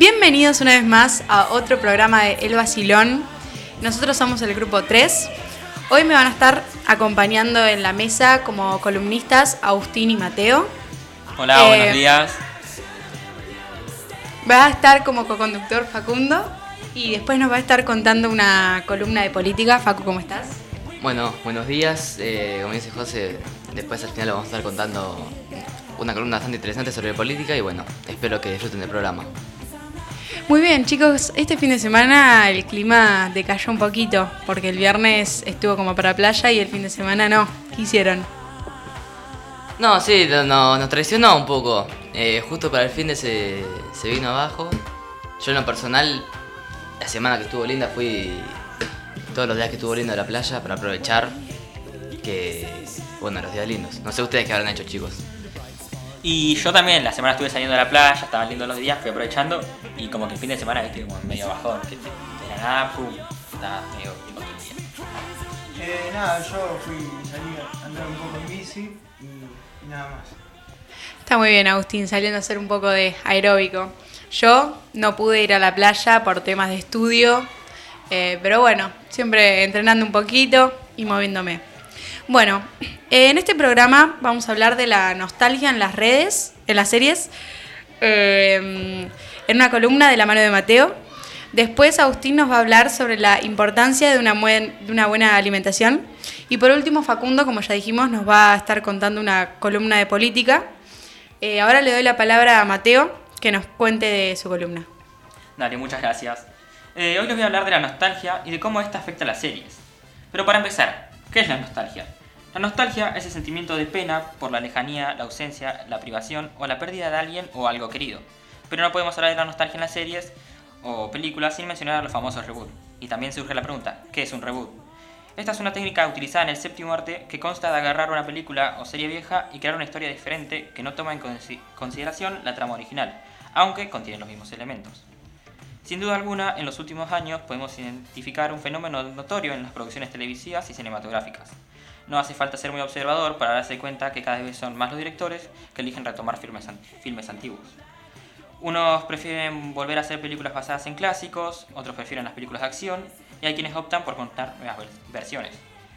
Bienvenidos una vez más a otro programa de El Vacilón. Nosotros somos el grupo 3. Hoy me van a estar acompañando en la mesa como columnistas Agustín y Mateo. Hola, buenos días. Va a estar como coconductor Facundo y después nos va a estar contando una columna de política. Facu, ¿cómo estás? Bueno, buenos días. Como dice José, después al final le vamos a estar contando una columna bastante interesante sobre política y bueno, espero que disfruten del programa. Muy bien, chicos, este fin de semana el clima decayó un poquito porque el viernes estuvo como para playa y el fin de semana no. ¿Qué hicieron? No, sí, nos traicionó un poco. Justo para el fin de se vino abajo. Yo en lo personal, la semana que estuvo linda fui todos los días que estuvo linda a la playa para aprovechar los días lindos. No sé ustedes qué habrán hecho, chicos. Y yo también, la semana estuve saliendo a la playa, estaban lindos los días, fui aprovechando y como que el fin de semana estuve como medio bajón, que era nada, estaba medio Nada, yo salí a andar un poco en bici y nada más. Está muy bien, Agustín, saliendo a hacer un poco de aeróbico. Yo no pude ir a la playa por temas de estudio, pero bueno, siempre entrenando un poquito y moviéndome. Bueno, en este programa vamos a hablar de la nostalgia en las redes, en las series, en una columna de la mano de Mateo. Después Agustín nos va a hablar sobre la importancia de una buena alimentación. Y por último Facundo, como ya dijimos, nos va a estar contando una columna de política. Ahora le doy la palabra a Mateo, que nos cuente de su columna. Dale, muchas gracias. Hoy les voy a hablar de la nostalgia y de cómo esta afecta a las series. Pero para empezar, ¿qué es la nostalgia? La nostalgia es el sentimiento de pena por la lejanía, la ausencia, la privación o la pérdida de alguien o algo querido. Pero no podemos hablar de la nostalgia en las series o películas sin mencionar a los famosos reboots. Y también surge la pregunta, ¿qué es un reboot? Esta es una técnica utilizada en el séptimo arte que consta de agarrar una película o serie vieja y crear una historia diferente que no toma en consideración la trama original, aunque contiene los mismos elementos. Sin duda alguna, en los últimos años podemos identificar un fenómeno notorio en las producciones televisivas y cinematográficas. No hace falta ser muy observador para darse cuenta que cada vez son más los directores que eligen retomar filmes antiguos. Unos prefieren volver a hacer películas basadas en clásicos, otros prefieren las películas de acción y hay quienes optan por contar nuevas versiones.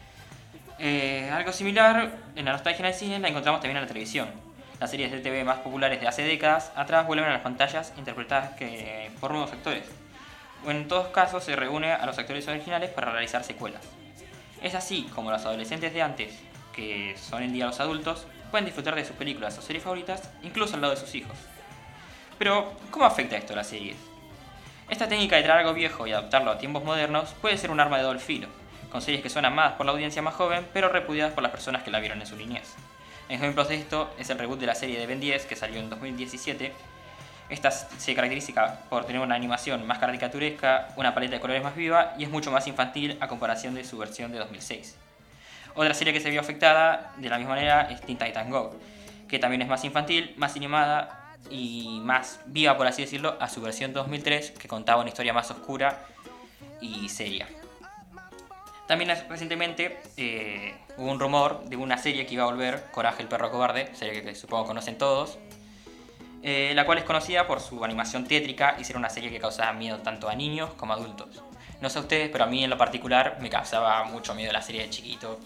Algo similar en la nostalgia en el cine la encontramos también en la televisión. Las series de TV más populares de hace décadas atrás vuelven a las pantallas interpretadas por nuevos actores. O en todos casos se reúne a los actores originales para realizar secuelas. Es así como los adolescentes de antes, que son en día los adultos, pueden disfrutar de sus películas o series favoritas incluso al lado de sus hijos. Pero, ¿cómo afecta esto a las series? Esta técnica de traer algo viejo y adaptarlo a tiempos modernos puede ser un arma de doble filo, con series que son amadas por la audiencia más joven pero repudiadas por las personas que la vieron en su niñez. Ejemplos de esto es el reboot de la serie de Ben 10 que salió en 2017. Esta se caracteriza por tener una animación más caricaturesca, una paleta de colores más viva y es mucho más infantil a comparación de su versión de 2006. Otra serie que se vio afectada de la misma manera es Teen Titans Go, que también es más infantil, más animada y más viva, por así decirlo, a su versión 2003, que contaba una historia más oscura y seria. También recientemente hubo un rumor de una serie que iba a volver, Coraje el perro cobarde, serie que supongo conocen todos, la cual es conocida por su animación tétrica y ser una serie que causaba miedo tanto a niños como a adultos. No sé a ustedes, pero a mí en lo particular me causaba mucho miedo la serie de chiquito.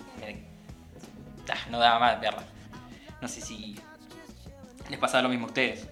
No daba más verla. No sé si les pasaba lo mismo a ustedes.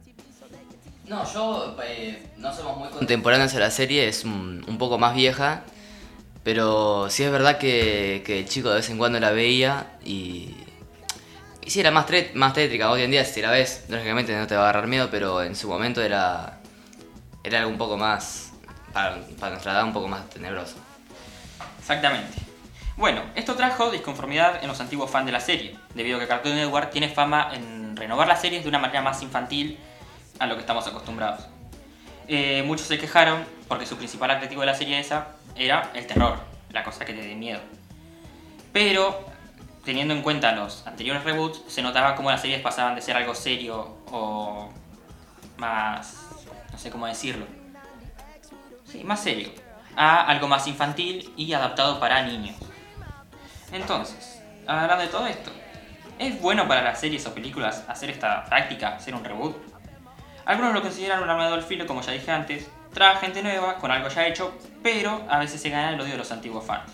No, yo no somos muy contemporáneos a la serie, es un poco más vieja, pero sí es verdad que el chico de vez en cuando la veía y sí era más tétrica. Hoy en día si la ves, lógicamente no te va a agarrar miedo, pero en su momento era algo un poco más, para nuestra edad, un poco más tenebroso. Exactamente. Bueno, esto trajo disconformidad en los antiguos fans de la serie, debido a que Cartoon Network tiene fama en renovar las series de una manera más infantil a lo que estamos acostumbrados. Muchos se quejaron porque su principal atractivo de la serie esa era el terror, la cosa que te dé miedo. Pero, teniendo en cuenta los anteriores reboots, se notaba cómo las series pasaban de ser algo serio o más, no sé cómo decirlo, sí, más serio, a algo más infantil y adaptado para niños. Entonces, hablando de todo esto, ¿es bueno para las series o películas hacer esta práctica, hacer un reboot? Algunos lo consideran un arma de doble filo, como ya dije antes. Trae gente nueva con algo ya hecho, pero a veces se gana el odio de los antiguos fans.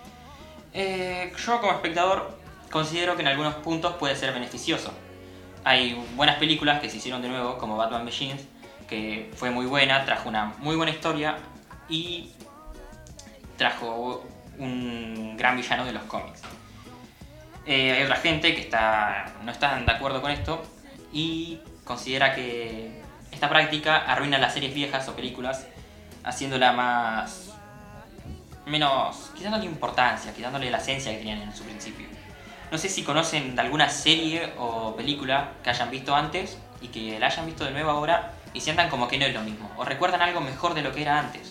Yo como espectador considero que en algunos puntos puede ser beneficioso. Hay buenas películas que se hicieron de nuevo, como Batman Begins, que fue muy buena, trajo una muy buena historia y trajo un gran villano de los cómics. Hay otra gente que no está de acuerdo con esto y considera que esta práctica arruina las series viejas o películas, haciéndola quitándole importancia, quitándole la esencia que tenían en su principio. No sé si conocen de alguna serie o película que hayan visto antes y que la hayan visto de nuevo ahora y sientan como que no es lo mismo, o recuerdan algo mejor de lo que era antes.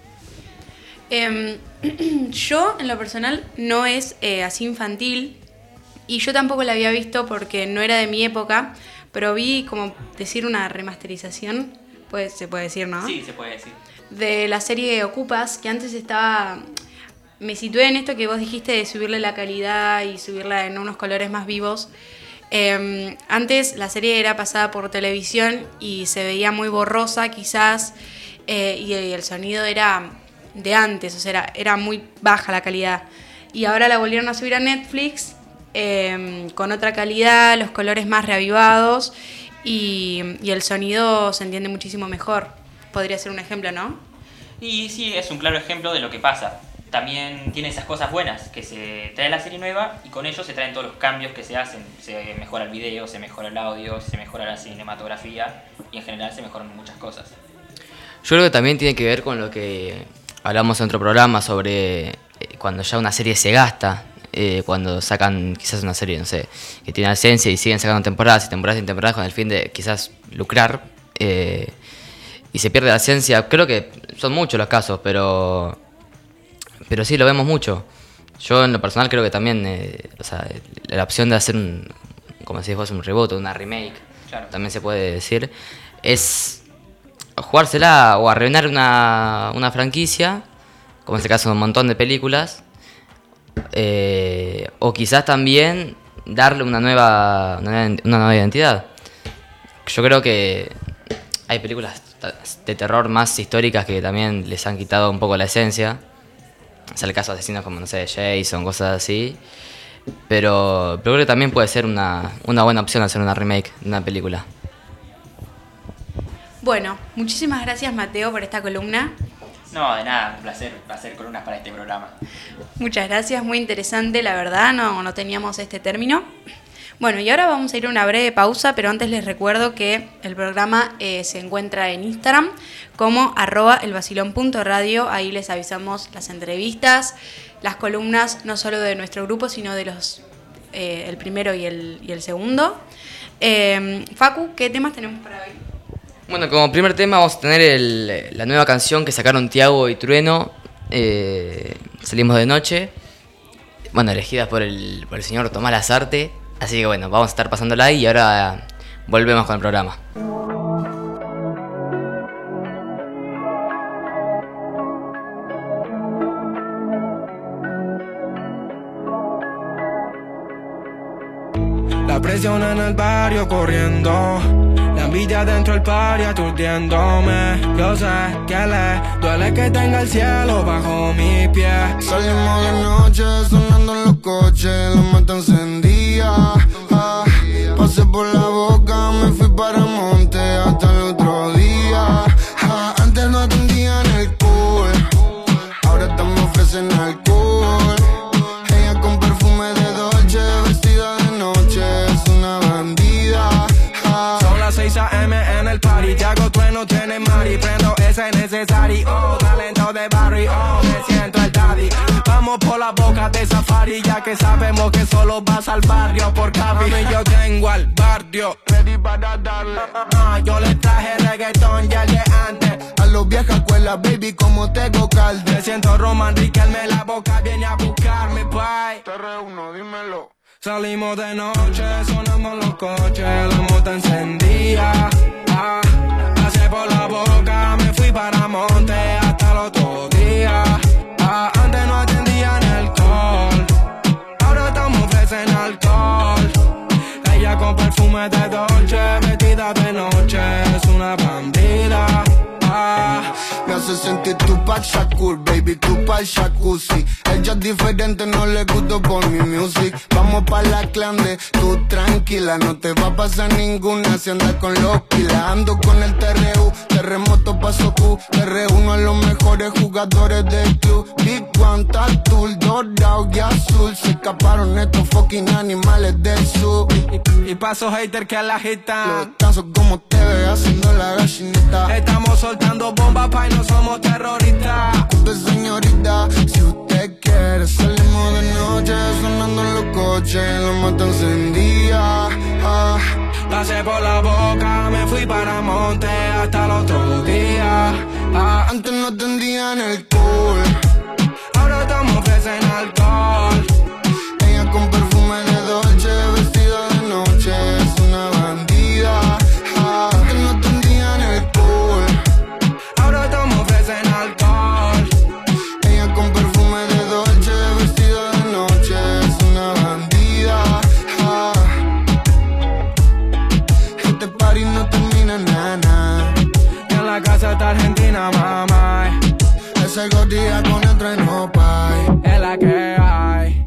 Yo, en lo personal, no es así infantil, y yo tampoco la había visto porque no era de mi época, pero vi, como decir, una remasterización, pues se puede decir, ¿no? Sí, se puede decir. De la serie Ocupas, que antes estaba... Me situé en esto que vos dijiste de subirle la calidad y subirla en unos colores más vivos. Antes la serie era pasada por televisión y se veía muy borrosa quizás, y el sonido era de antes, o sea, era muy baja la calidad. Y ahora la volvieron a subir a Netflix con otra calidad, los colores más reavivados y el sonido se entiende muchísimo mejor. Podría ser un ejemplo, ¿no? Y sí, es un claro ejemplo de lo que pasa. También tiene esas cosas buenas, que se trae la serie nueva y con ello se traen todos los cambios que se hacen. Se mejora el video, se mejora el audio, se mejora la cinematografía y en general se mejoran muchas cosas. Yo creo que también tiene que ver con lo que hablamos en otro programa sobre cuando ya una serie se gasta, cuando sacan quizás una serie, no sé, que tiene esencia y siguen sacando temporadas y temporadas con el fin de quizás lucrar, y se pierde la esencia. Creo que son muchos los casos, pero sí, lo vemos mucho. Yo en lo personal creo que también, la opción de hacer como si fuese un reboot o una remake, claro, también se puede decir, es jugársela o arruinar una franquicia, como en este caso un montón de películas, o quizás también darle una nueva identidad. Yo creo que hay películas de terror más históricas que también les han quitado un poco la esencia. Es el caso de asesinos como, no sé, Jason, cosas así. Pero creo que también puede ser una buena opción hacer una remake de una película. Bueno, muchísimas gracias, Mateo, por esta columna. No, de nada, un placer hacer columnas para este programa. Muchas gracias, muy interesante, la verdad, no teníamos este término. Bueno, y ahora vamos a ir a una breve pausa, pero antes les recuerdo que el programa se encuentra en Instagram como @elvacilón.radio. Ahí les avisamos las entrevistas, las columnas, no solo de nuestro grupo, sino de el primero y el segundo. Facu, ¿qué temas tenemos para hoy? Bueno, como primer tema vamos a tener la nueva canción que sacaron Tiago y Trueno, Salimos de Noche, bueno, elegidas por el señor Tomás Lasarte. Así que bueno, vamos a estar pasándola ahí y ahora volvemos con el programa. La presión en el barrio corriendo, la envidia dentro del party aturdiéndome. Yo sé que le duele que tenga el cielo bajo mis pies. Salimos de noche sonando en los coches, la mata encendida. Pasé por la boca, me fui para Monte hasta el otro día. Antes no atendían el cool, ahora estamos ofrecen alcohol. Ella con perfume de Dolce, vestida de noche, es una bandida. Son las 6 AM en el party, Tiago Trueno tiene mari, prendo ese necesario, talento de barrio, me siento el daddy. Vamos por la boca de safari, ya que sabemos que solo vas al barrio por Capi. Y yo tengo al barrio ready para darle. Yo le traje reggaetón ya el día antes. A los viejas escuelas, baby, como tengo calde. Me siento Roman Riquelme, la boca viene a buscarme, bye. Te reúno, dímelo. Salimos de noche, sonando los coches, la moto encendida. Pasé por la boca, me fui para Monte hasta el otro día. Antes no atendían el call, ahora estamos ofrecen alcohol. Ella con perfume de Dolce, vestida de noche, es una Tupac Shakur, baby, tú pa'l jacuzzi. Ella es diferente, no le gusto por mi music. Vamos pa' la clande, tú tranquila, no te va a pasar ninguna si andas con los pilas. Ando con el TRU, terremoto paso Q. Te reúno a los mejores jugadores del club. Big One, Tatul, dorado y azul. Se escaparon estos fucking animales del sur. Y paso hater que la agitan. Los tazos como te ve haciendo la gallinita. Estamos soltando bombas, pa' y no somos terroristas. Disculpe señorita, si usted quiere salimos de noche, sonando en los coches, la mata encendida. Pasé por la boca, me fui para monte hasta el otro día. Antes no tendían el cool, Ahora estamos ofrecen alcohol. ella con perfume de Dolce, vestida de noche, es una bandida. Antes no tendían el cool, Ahora estamos ofrecen alcohol. ella con perfume de Dolce, vestida de noche, es una bandida. Este party no termina nada. Y en la casa está Argentina, mamá. Ese gordilla con el tren no pay. Es la que hay.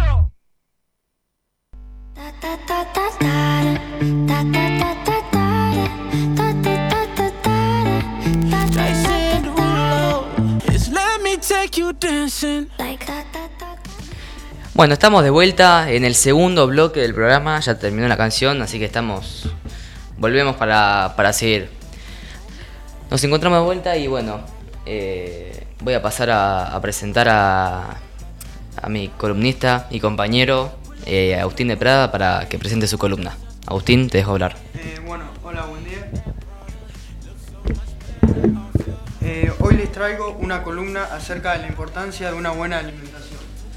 Jason Derulo is let me take you dancing. Bueno, estamos de vuelta en el segundo bloque del programa. Ya terminó la canción, así que volvemos para seguir. Nos encontramos de vuelta y bueno, voy a pasar a presentar a mi columnista y compañero Agustín de Prada para que presente su columna. Agustín, te dejo hablar. Bueno, hola, buen día. Hoy les traigo una columna acerca de la importancia de una buena alimentación.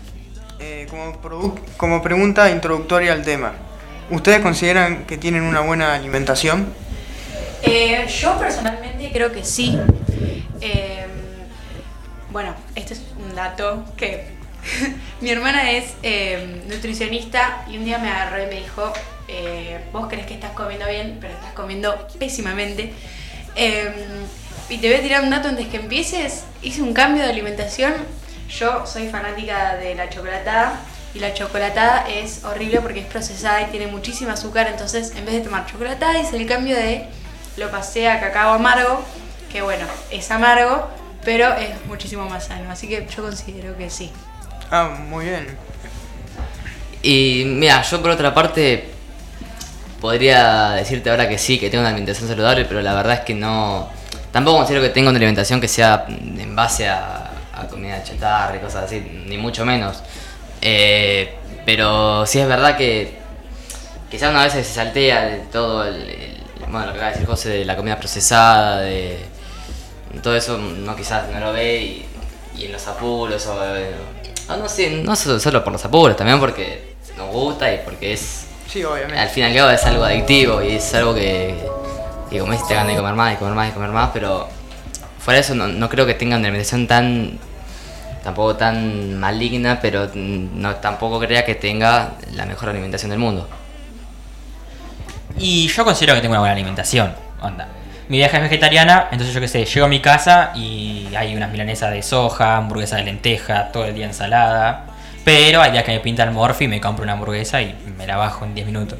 Como pregunta introductoria al tema, ¿ustedes consideran que tienen una buena alimentación? Yo personalmente creo que sí. Bueno, este es un dato que mi hermana es nutricionista y un día me agarró y me dijo, vos crees que estás comiendo bien, pero estás comiendo pésimamente. Y te voy a tirar un dato antes que empieces. Hice un cambio de alimentación. Yo soy fanática de la chocolatada y la chocolatada es horrible porque es procesada y tiene muchísima azúcar. Entonces, en vez de tomar chocolatada, hice el cambio lo pasé a cacao amargo, que bueno, es amargo, pero es muchísimo más sano. Así que yo considero que sí. Muy bien. Y mira, yo por otra parte podría decirte ahora que sí, que tengo una alimentación saludable, pero la verdad es que no. Tampoco considero que tenga una alimentación que sea en base a comida chatarra y cosas así, ni mucho menos. Pero sí es verdad que quizás una vez se saltea de todo bueno, lo que acaba de decir José, de la comida procesada, de todo eso, quizás no lo ve y en los apuros no sé, no solo por los apuros, también porque nos gusta y porque es, Sí, obviamente. al fin y al cabo es algo adictivo y es algo que como dices, te ganas de comer más y comer más y comer más, pero fuera de eso no creo que tengan una alimentación tampoco tan maligna, pero tampoco crea que tenga la mejor alimentación del mundo. Y yo considero que tengo una buena alimentación, onda. Mi vieja es vegetariana, entonces yo qué sé, llego a mi casa y hay unas milanesas de soja, hamburguesa de lenteja, todo el día ensalada. Pero hay días que me pinta el morfi y me compro una hamburguesa y me la bajo en 10 minutos.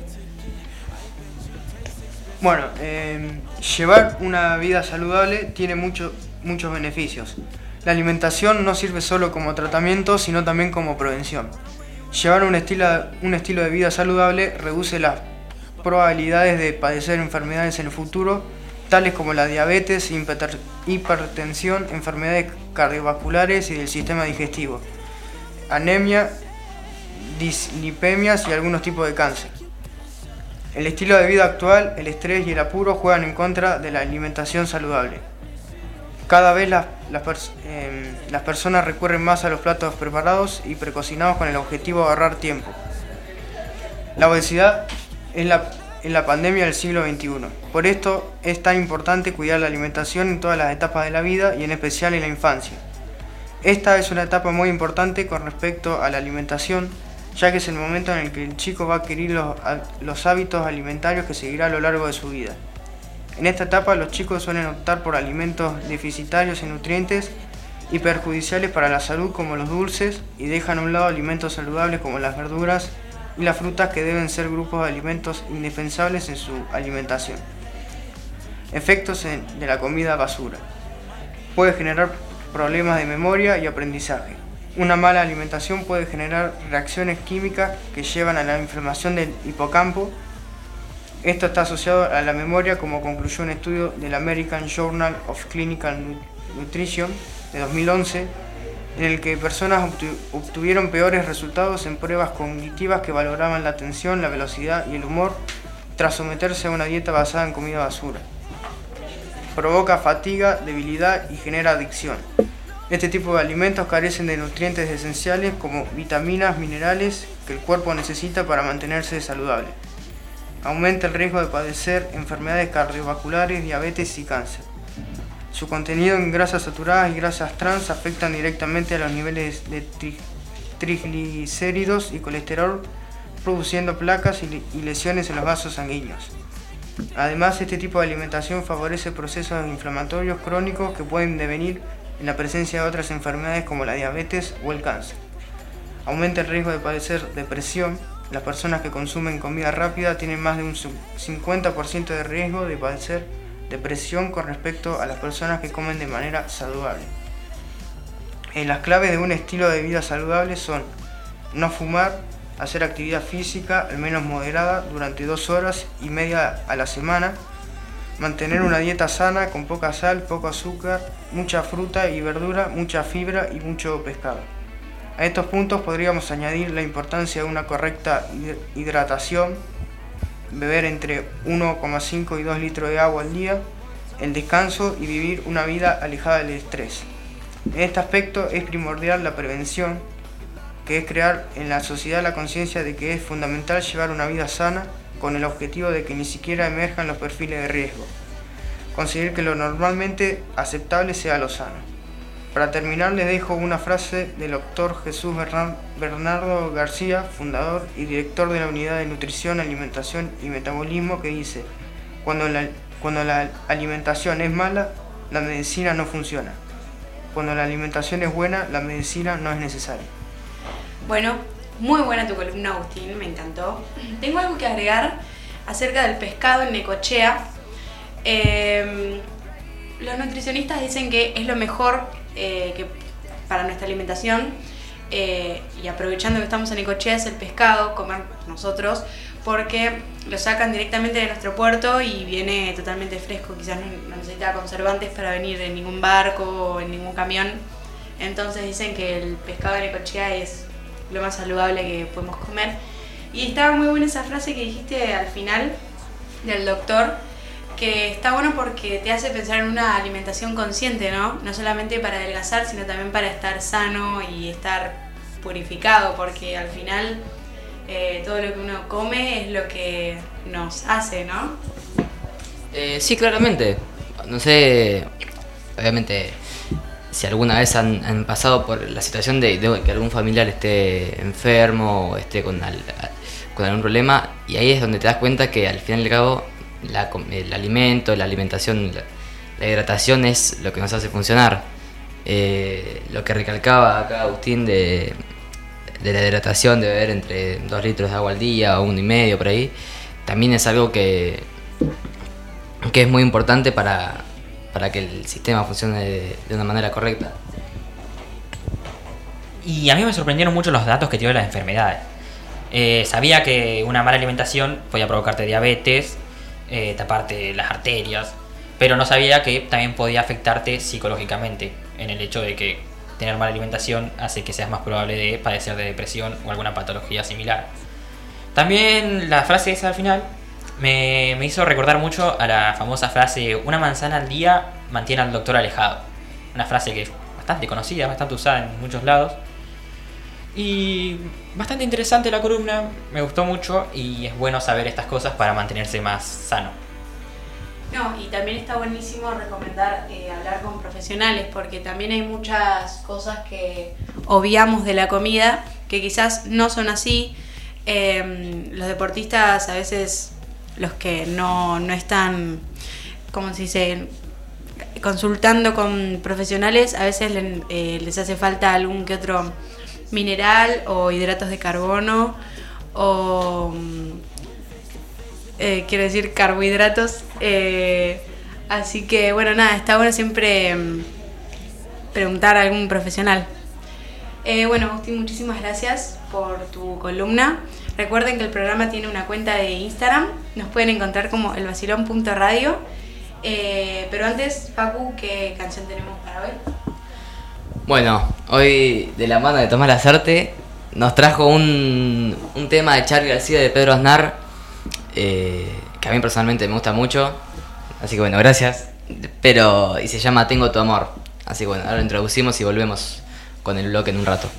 Bueno, llevar una vida saludable tiene muchos beneficios. La alimentación no sirve solo como tratamiento, sino también como prevención. Llevar un estilo de vida saludable reduce las probabilidades de padecer enfermedades en el futuro, tales como la diabetes, hipertensión, enfermedades cardiovasculares y del sistema digestivo, anemia, dislipemias y algunos tipos de cáncer. El estilo de vida actual, el estrés y el apuro juegan en contra de la alimentación saludable. Cada vez las personas recurren más a los platos preparados y precocinados con el objetivo de ahorrar tiempo. La obesidad es la pandemia del siglo XXI. Por esto es tan importante cuidar la alimentación en todas las etapas de la vida y en especial en la infancia. Esta es una etapa muy importante con respecto a la alimentación, ya que es el momento en el que el chico va a adquirir los hábitos alimentarios que seguirá a lo largo de su vida. En esta etapa los chicos suelen optar por alimentos deficitarios en nutrientes y perjudiciales para la salud como los dulces, y dejan a un lado alimentos saludables como las verduras y las frutas, que deben ser grupos de alimentos indispensables en su alimentación. Efectos de la comida basura. Puede generar problemas de memoria y aprendizaje. Una mala alimentación puede generar reacciones químicas que llevan a la inflamación del hipocampo. Esto está asociado a la memoria, como concluyó un estudio del American Journal of Clinical Nutrition de 2011, en el que personas obtuvieron peores resultados en pruebas cognitivas que valoraban la atención, la velocidad y el humor tras someterse a una dieta basada en comida basura. Provoca fatiga, debilidad y genera adicción. Este tipo de alimentos carecen de nutrientes esenciales como vitaminas, minerales que el cuerpo necesita para mantenerse saludable. Aumenta el riesgo de padecer enfermedades cardiovasculares, diabetes y cáncer. Su contenido en grasas saturadas y grasas trans afectan directamente a los niveles de triglicéridos y colesterol, produciendo placas y lesiones en los vasos sanguíneos. Además, este tipo de alimentación favorece procesos inflamatorios crónicos que pueden devenir en la presencia de otras enfermedades como la diabetes o el cáncer. Aumenta el riesgo de padecer depresión. Las personas que consumen comida rápida tienen más de un 50% de riesgo de padecer depresión con respecto a las personas que comen de manera saludable. Las claves de un estilo de vida saludable son no fumar, hacer actividad física al menos moderada durante 2 horas y media a la semana, mantener una dieta sana con poca sal, poco azúcar, mucha fruta y verdura, mucha fibra y mucho pescado. A estos puntos podríamos añadir la importancia de una correcta hidratación, beber entre 1,5 y 2 litros de agua al día, el descanso y vivir una vida alejada del estrés. En este aspecto es primordial la prevención, que es crear en la sociedad la conciencia de que es fundamental llevar una vida sana con el objetivo de que ni siquiera emerjan los perfiles de riesgo. Conseguir que lo normalmente aceptable sea lo sano. Para terminar, les dejo una frase del doctor Jesús Bernardo García, fundador y director de la Unidad de Nutrición, Alimentación y Metabolismo, que dice: cuando la alimentación es mala, la medicina no funciona. Cuando la alimentación es buena, la medicina no es necesaria. Bueno, muy buena tu columna, Agustín, me encantó. Tengo algo que agregar acerca del pescado en Necochea. Los nutricionistas dicen que es lo mejor que para nuestra alimentación, y aprovechando que estamos en Necochea, es el pescado, comer nosotros, porque lo sacan directamente de nuestro puerto y viene totalmente fresco. Quizás no necesita conservantes para venir en ningún barco o en ningún camión. Entonces dicen que el pescado de Necochea es lo más saludable que podemos comer. Y estaba muy buena esa frase que dijiste al final del doctor, que está bueno porque te hace pensar en una alimentación consciente, ¿no? No solamente para adelgazar, sino también para estar sano y estar purificado, porque al final todo lo que uno come es lo que nos hace, ¿no? Sí, claramente. No sé, obviamente, si alguna vez han pasado por la situación de que algún familiar esté enfermo o esté con algún problema, y ahí es donde te das cuenta que al fin y al cabo el alimento, la alimentación, la hidratación es lo que nos hace funcionar. Lo que recalcaba acá Agustín de la hidratación, de beber entre 2 litros de agua al día o 1,5 por ahí, también es algo que es muy importante para que el sistema funcione de una manera correcta. Y a mí me sorprendieron mucho los datos que te dio de las enfermedades. Sabía que una mala alimentación podía provocarte diabetes, taparte las arterias, pero no sabía que también podía afectarte psicológicamente, en el hecho de que tener mala alimentación hace que seas más probable de padecer de depresión o alguna patología similar. También la frase esa al final me hizo recordar mucho a la famosa frase: una manzana al día mantiene al doctor alejado. Una frase que es bastante conocida, bastante usada en muchos lados. Y bastante interesante la columna, me gustó mucho y es bueno saber estas cosas para mantenerse más sano. No, y también está buenísimo recomendar hablar con profesionales, porque también hay muchas cosas que obviamos de la comida que quizás no son así. Los deportistas, a veces los que no están, ¿cómo se dice?, consultando con profesionales, a veces les hace falta algún que otro mineral o hidratos de carbono o quiero decir carbohidratos, así que bueno, nada, está bueno siempre preguntar a algún profesional. Bueno, Agustín, muchísimas gracias por tu columna. Recuerden que el programa tiene una cuenta de Instagram, nos pueden encontrar como elvacilón.radio. Pero antes, Facu, ¿qué canción tenemos para hoy? Bueno, hoy de la mano de Tomás Lasarte nos trajo un tema de Charly García de Pedro Aznar, que a mí personalmente me gusta mucho, así que bueno, gracias. Y se llama Tengo tu amor, así que bueno, ahora lo introducimos y volvemos con el bloque en un rato.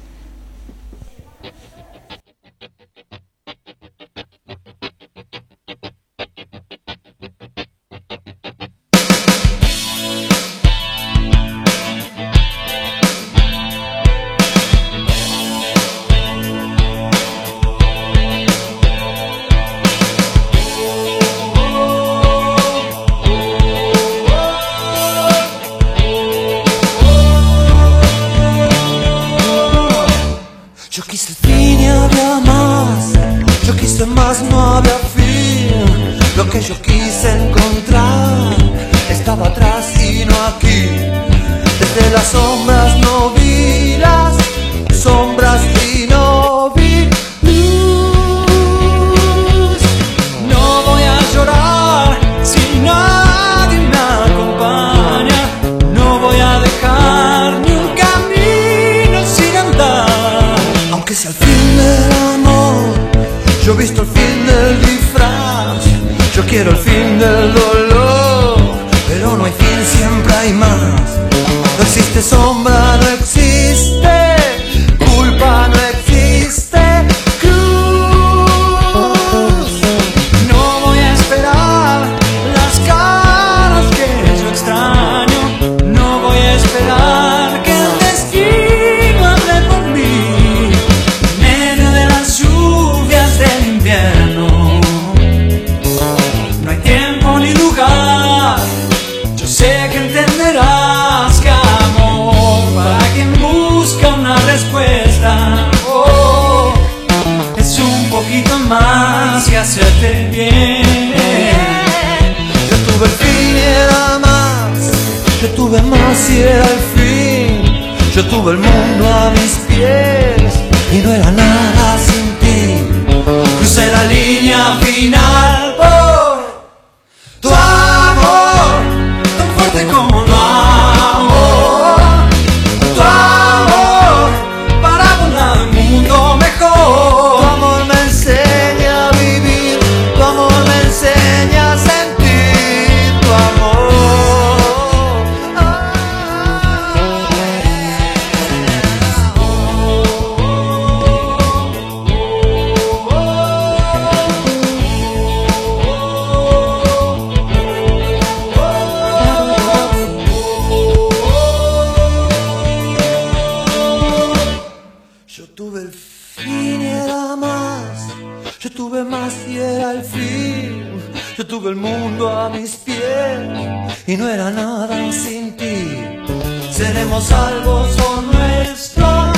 Yo quise encontrar estaba atrás y no aquí. Desde las sombras no vi las sombras y no vi luz. No voy a llorar si nadie me acompaña. No voy a dejar ni un camino sin andar. Aunque sea el fin del amor, yo he visto el fin del disfraz. Yo quiero el fin del dolor, pero no hay fin, siempre hay más. No existe sombra, no existe culpa, no existe cruz. No voy a esperar las caras que yo extraño. No voy a esperar que el destino hable por mí. En medio de las lluvias del invierno ni lugar, yo sé que entenderás que amor para quien busca una respuesta, es un poquito más que hacerte bien. Yo tuve el fin y era más, yo tuve más y era el fin. Yo tuve el mundo a mis pies y no era nada sin ti. Crucé la línea final por tu amor, tan fuerte como tu amor. Tu amor, para volar un mundo mejor. Tu amor me enseña a vivir, tu amor me enseña a sentir tu amor. Yo tuve el mundo a mis pies y no era nada sin ti. Seremos salvos por nuestro amor.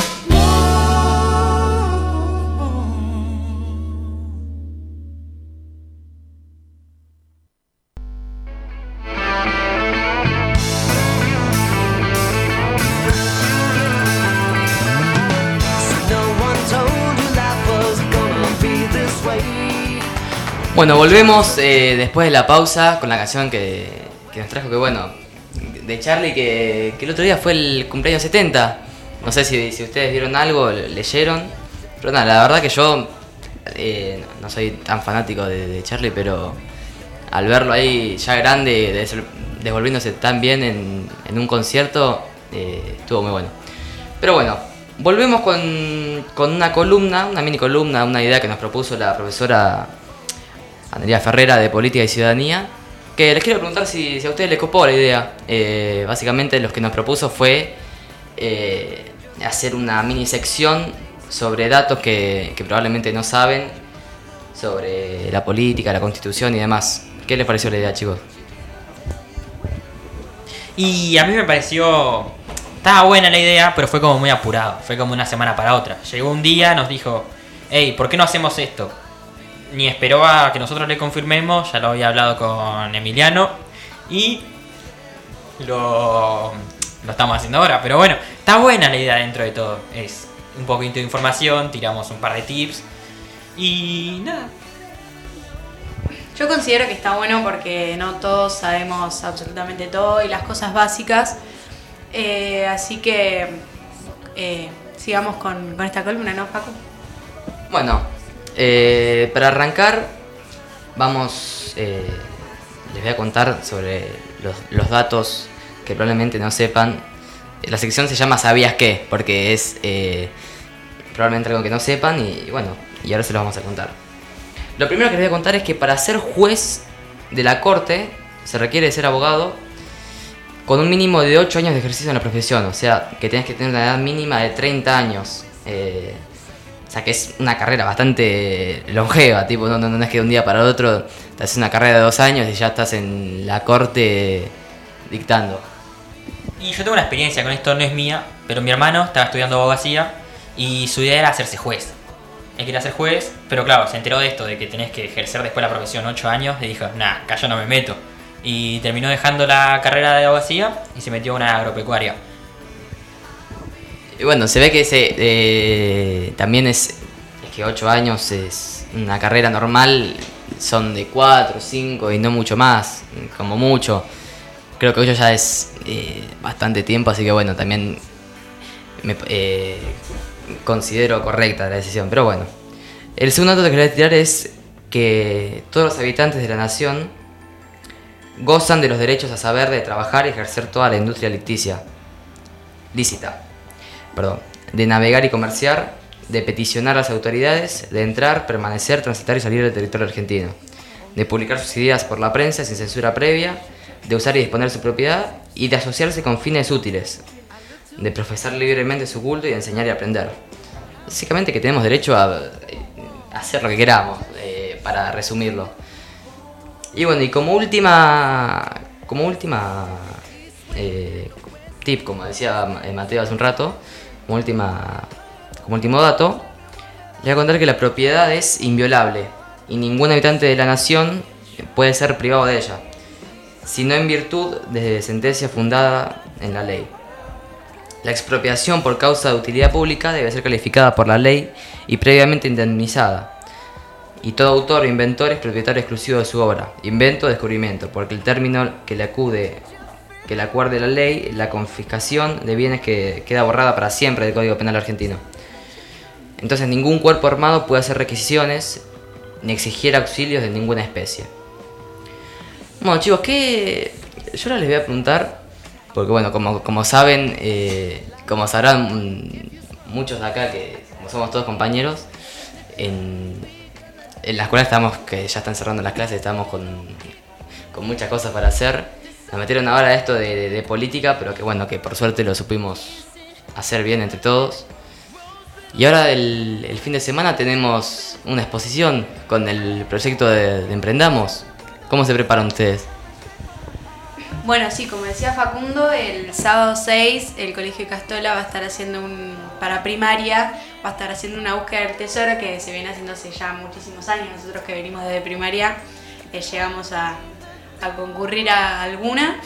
Bueno, volvemos después de la pausa con la canción que nos trajo, que bueno, de Charly, que el otro día fue el cumpleaños 70. No sé si ustedes vieron algo, leyeron. Pero nada, la verdad que yo no soy tan fanático de Charly, pero al verlo ahí ya grande, devolviéndose tan bien en un concierto, estuvo muy bueno. Pero bueno, volvemos con una columna, una mini columna, una idea que nos propuso la profesora Anelia Ferrera de Política y Ciudadanía, que les quiero preguntar si a ustedes les copó la idea. Básicamente lo que nos propuso fue hacer una mini sección sobre datos que probablemente no saben sobre la política, la constitución y demás. ¿Qué les pareció la idea, chicos? Y a mí me pareció... Estaba buena la idea, pero fue como muy apurado. Fue como una semana para otra. Llegó un día, nos dijo, hey, ¿por qué no hacemos esto? Ni esperó a que nosotros le confirmemos, ya lo había hablado con Emiliano. Y lo estamos haciendo ahora. Pero bueno, está buena la idea dentro de todo. Es un poquito de información, tiramos un par de tips. Y nada. Yo considero que está bueno porque no todos sabemos absolutamente todo y las cosas básicas. Así que sigamos con esta columna, ¿no, Facu? Bueno, para arrancar, vamos, les voy a contar sobre los datos que probablemente no sepan. La sección se llama ¿Sabías qué? Porque es probablemente algo que no sepan y bueno, y ahora se los vamos a contar. Lo primero que les voy a contar es que para ser juez de la corte se requiere ser abogado con un mínimo de 8 años de ejercicio en la profesión, o sea, que tenés que tener una edad mínima de 30 años. O sea, que es una carrera bastante longeva, tipo, no es que de un día para el otro te haces una carrera de 2 años y ya estás en la corte dictando. Y yo tengo una experiencia con esto, no es mía, pero mi hermano estaba estudiando abogacía y su idea era hacerse juez. Él quería ser juez, pero claro, se enteró de esto, de que tenés que ejercer después la profesión 8 años y dijo, nah, acá yo no me meto. Y terminó dejando la carrera de abogacía y se metió a una agropecuaria. Y bueno, se ve que también es que 8 años es una carrera normal, son de 4, 5 y no mucho más, como mucho. Creo que 8 ya es bastante tiempo, así que bueno, también me considero correcta la decisión. Pero bueno, el segundo dato que quería tirar es que todos los habitantes de la nación gozan de los derechos a saber, de trabajar y ejercer toda la industria lícita, de navegar y comerciar, de peticionar a las autoridades, de entrar, permanecer, transitar y salir del territorio argentino, de publicar sus ideas por la prensa sin censura previa, de usar y disponer su propiedad y de asociarse con fines útiles, de profesar libremente su culto y de enseñar y aprender. Básicamente que tenemos derecho a hacer lo que queramos, para resumirlo. Y bueno, y como última tip, como decía Mateo hace un rato, como último dato, les voy a contar que la propiedad es inviolable y ningún habitante de la nación puede ser privado de ella, sino en virtud de sentencia fundada en la ley. La expropiación por causa de utilidad pública debe ser calificada por la ley y previamente indemnizada. Y todo autor o inventor es propietario exclusivo de su obra, invento o descubrimiento, porque el término que le acuerde la ley, la confiscación de bienes que queda borrada para siempre del Código Penal argentino. Entonces ningún cuerpo armado puede hacer requisiciones ni exigir auxilios de ninguna especie. Bueno chicos, yo ahora les voy a preguntar, porque bueno, como saben, como sabrán muchos de acá, que como somos todos compañeros, en la escuela estamos, que ya están cerrando las clases, estamos con muchas cosas para hacer. Nos metieron ahora esto de política, pero que bueno, que por suerte lo supimos hacer bien entre todos. Y ahora el fin de semana tenemos una exposición con el proyecto de Emprendamos. ¿Cómo se preparan ustedes? Bueno, sí, como decía Facundo, el sábado 6 el Colegio Castola va a estar haciendo para primaria, va a estar haciendo una búsqueda del tesoro que se viene haciendo hace ya muchísimos años. Nosotros que venimos desde primaria llegamos a concurrir a alguna.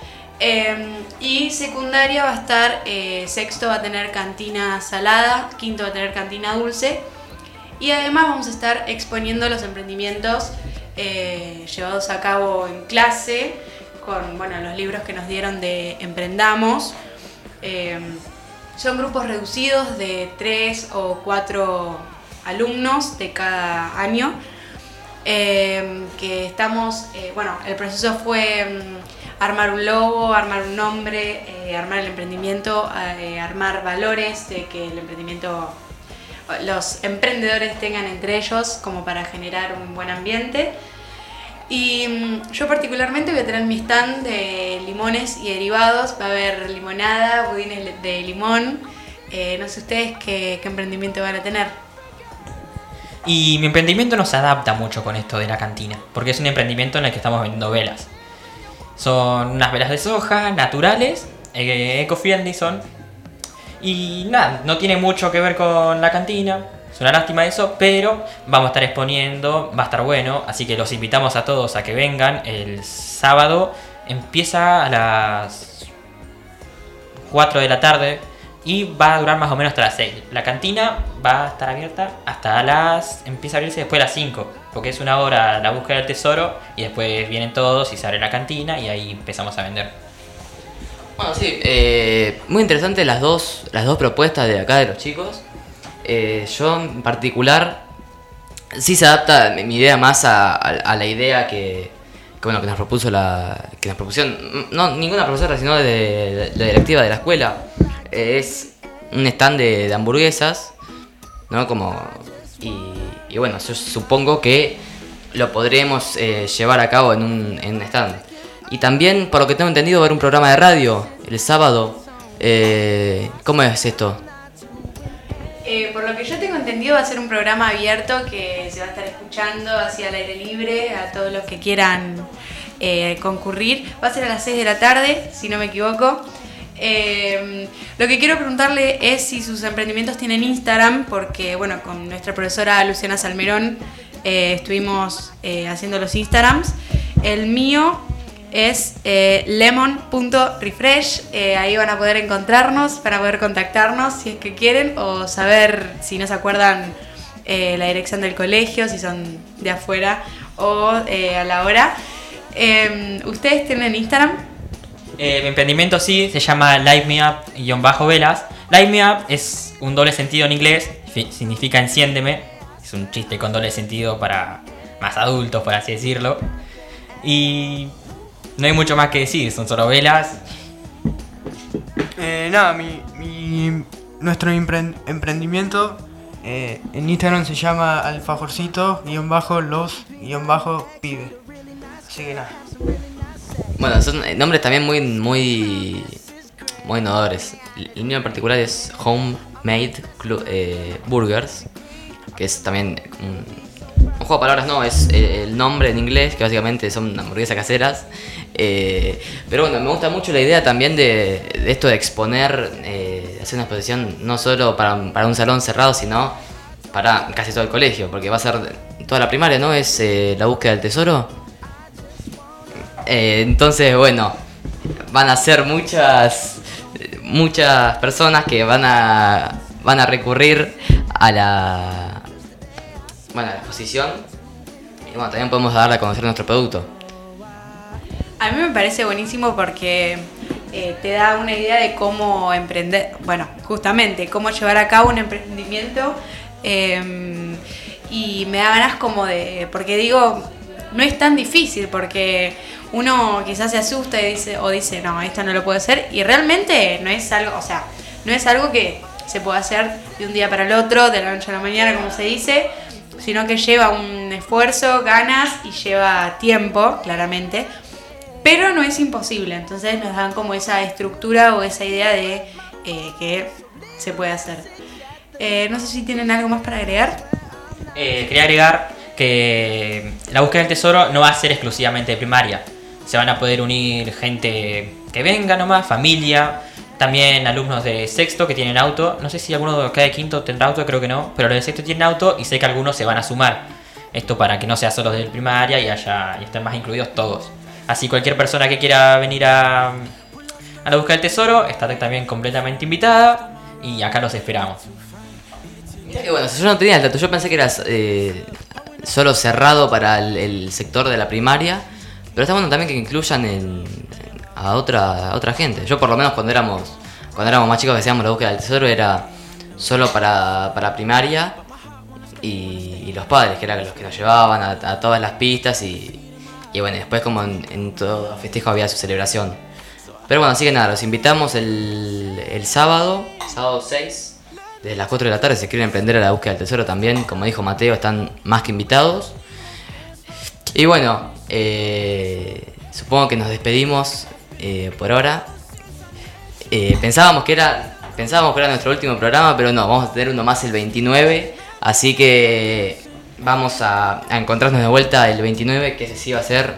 Y secundaria va a estar, sexto va a tener cantina salada, quinto va a tener cantina dulce. Y además vamos a estar exponiendo los emprendimientos llevados a cabo en clase, con los libros que nos dieron de Emprendamos. Son grupos reducidos de 3 o 4 alumnos de cada año, que estamos, el proceso fue armar un logo, armar un nombre, armar el emprendimiento, armar valores de que el emprendimiento, los emprendedores tengan entre ellos como para generar un buen ambiente. Y yo particularmente voy a tener mi stand de limones y derivados. Va a haber limonada, budines de limón. No sé ustedes qué emprendimiento van a tener. Y mi emprendimiento no se adapta mucho con esto de la cantina, porque es un emprendimiento en el que estamos vendiendo velas. Son unas velas de soja, naturales, eco-friendly son. Y nada, no tiene mucho que ver con la cantina. Es una lástima eso, pero vamos a estar exponiendo, va a estar bueno. Así que los invitamos a todos a que vengan el sábado. Empieza a las 4 de la tarde y va a durar más o menos hasta las 6. La cantina va a estar abierta empieza a abrirse después de las 5, porque es una hora la búsqueda del tesoro y después vienen todos y se abre la cantina y ahí empezamos a vender. Bueno, sí, muy interesantes las dos propuestas de acá de los chicos. Yo en particular sí se adapta mi idea más a la idea que nos propusieron, no ninguna profesora, sino de la directiva de la escuela. Es un stand de hamburguesas, ¿no? Y bueno, yo supongo que lo podremos llevar a cabo en un stand. Y también, por lo que tengo entendido, va a haber un programa de radio el sábado. ¿Cómo es esto? Por lo que yo tengo entendido, va a ser un programa abierto que se va a estar escuchando así al aire libre a todos los que quieran concurrir. Va a ser a las 6 de la tarde, si no me equivoco. Lo que quiero preguntarle es si sus emprendimientos tienen Instagram, porque bueno, con nuestra profesora Luciana Salmerón estuvimos haciendo los Instagrams. El mío es lemon.refresh. Ahí van a poder encontrarnos, van a poder contactarnos si es que quieren, o saber si no se acuerdan la dirección del colegio, si son de afuera o a la hora. ¿Ustedes tienen Instagram? Mi emprendimiento sí, se llama LiveMeUp_velas. Live Me Up es un doble sentido en inglés, significa enciéndeme. Es un chiste con doble sentido para más adultos, por así decirlo. Y no hay mucho más que decir, son solo velas. Nuestro emprendimiento en Instagram se llama alfajorcito_los_pibe. Así que nada. Bueno, son nombres también muy innovadores. El mío en particular es Homemade Burgers, que es también un juego de palabras, no, es el nombre en inglés, que básicamente son hamburguesas caseras. Pero bueno, me gusta mucho la idea también de esto de exponer, hacer una exposición no solo para un salón cerrado, sino para casi todo el colegio, porque va a ser toda la primaria, ¿no? Es la búsqueda del tesoro. Entonces, bueno, van a ser muchas personas que van a recurrir a la exposición. Y bueno, también podemos darle a conocer nuestro producto. A mí me parece buenísimo porque te da una idea de cómo emprender, bueno, justamente cómo llevar a cabo un emprendimiento, y me da ganas como porque digo, no es tan difícil, porque uno quizás se asusta y dice, no, esto no lo puedo hacer, y realmente no es algo, no es algo que se puede hacer de un día para el otro, de la noche a la mañana, como se dice, sino que lleva un esfuerzo, ganas y lleva tiempo, claramente, pero no es imposible. Entonces nos dan como esa estructura o esa idea de que se puede hacer. No sé si tienen algo más para agregar. Quería agregar que la búsqueda del tesoro no va a ser exclusivamente de primaria. Se van a poder unir gente que venga nomás, familia, también alumnos de sexto que tienen auto. No sé si alguno de acá de quinto tendrá auto, creo que no, pero los de sexto tienen auto y sé que algunos se van a sumar. Esto para que no sea solo de primaria y estén más incluidos todos. Así cualquier persona que quiera venir a la búsqueda del tesoro está también completamente invitada y acá los esperamos. Mirá que bueno, yo no tenía el dato, yo pensé que era solo cerrado para el sector de la primaria, pero está bueno también que incluyan a otra gente. Yo por lo menos cuando éramos más chicos que hacíamos la búsqueda del tesoro era solo para primaria y los padres, que eran los que nos llevaban a todas las pistas y bueno, después como en todo festejo había su celebración. Pero bueno, así que nada, los invitamos el sábado 6, desde las 4 de la tarde. Si quieren emprender a la búsqueda del tesoro también, como dijo Mateo, están más que invitados. Y bueno, supongo que nos despedimos por ahora. Pensábamos que era nuestro último programa, pero no, vamos a tener uno más el 29. Así que vamos a encontrarnos de vuelta el 29, que ese sí va a ser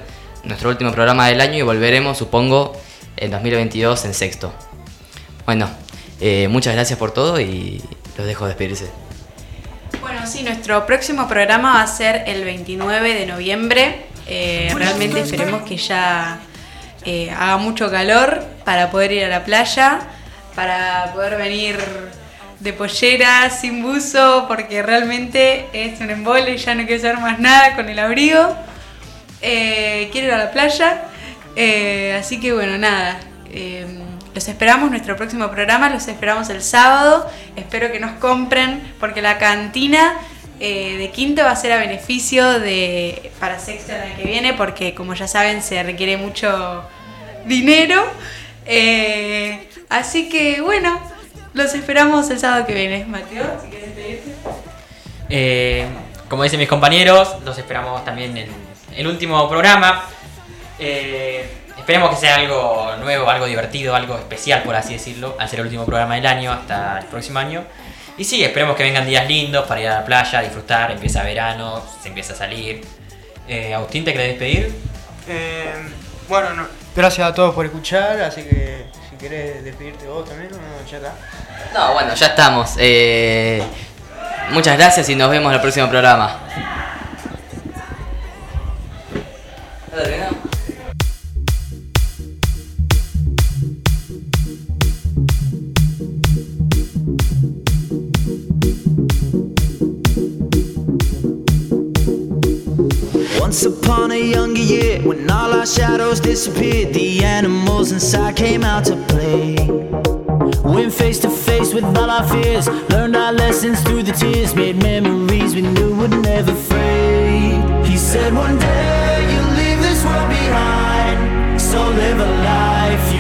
nuestro último programa del año y volveremos, supongo, en 2022 en sexto. Bueno, muchas gracias por todo y los dejo despedirse. Bueno, sí, nuestro próximo programa va a ser el 29 de noviembre. Realmente esperemos que ya haga mucho calor para poder ir a la playa, para poder venir de pollera, sin buzo, porque realmente es un embole y ya no quiero hacer más nada con el abrigo. Quiero ir a la playa, así que bueno, nada. Los esperamos, nuestro próximo programa, los esperamos el sábado. Espero que nos compren, porque la cantina de quinto va a ser a beneficio para sexto el año que viene, porque como ya saben se requiere mucho dinero. Así que bueno, los esperamos el sábado que viene. Mateo, si quieres despedirte. Como dicen mis compañeros, los esperamos también en el último programa. Esperemos que sea algo nuevo, algo divertido, algo especial, por así decirlo, al ser el último programa del año hasta el próximo año. Y sí, esperemos que vengan días lindos para ir a la playa, disfrutar, empieza verano, se empieza a salir. Agustín, ¿te querés despedir? Bueno, gracias a todos por escuchar, así que si querés despedirte vos también, ya está. No, bueno, ya estamos. Muchas gracias y nos vemos en el próximo programa. Once upon a younger year, when all our shadows disappeared, the animals inside came out to play. Went face to face with all our fears, learned our lessons through the tears, made memories we knew would never fade. He said one day you'll leave this world behind, so live a life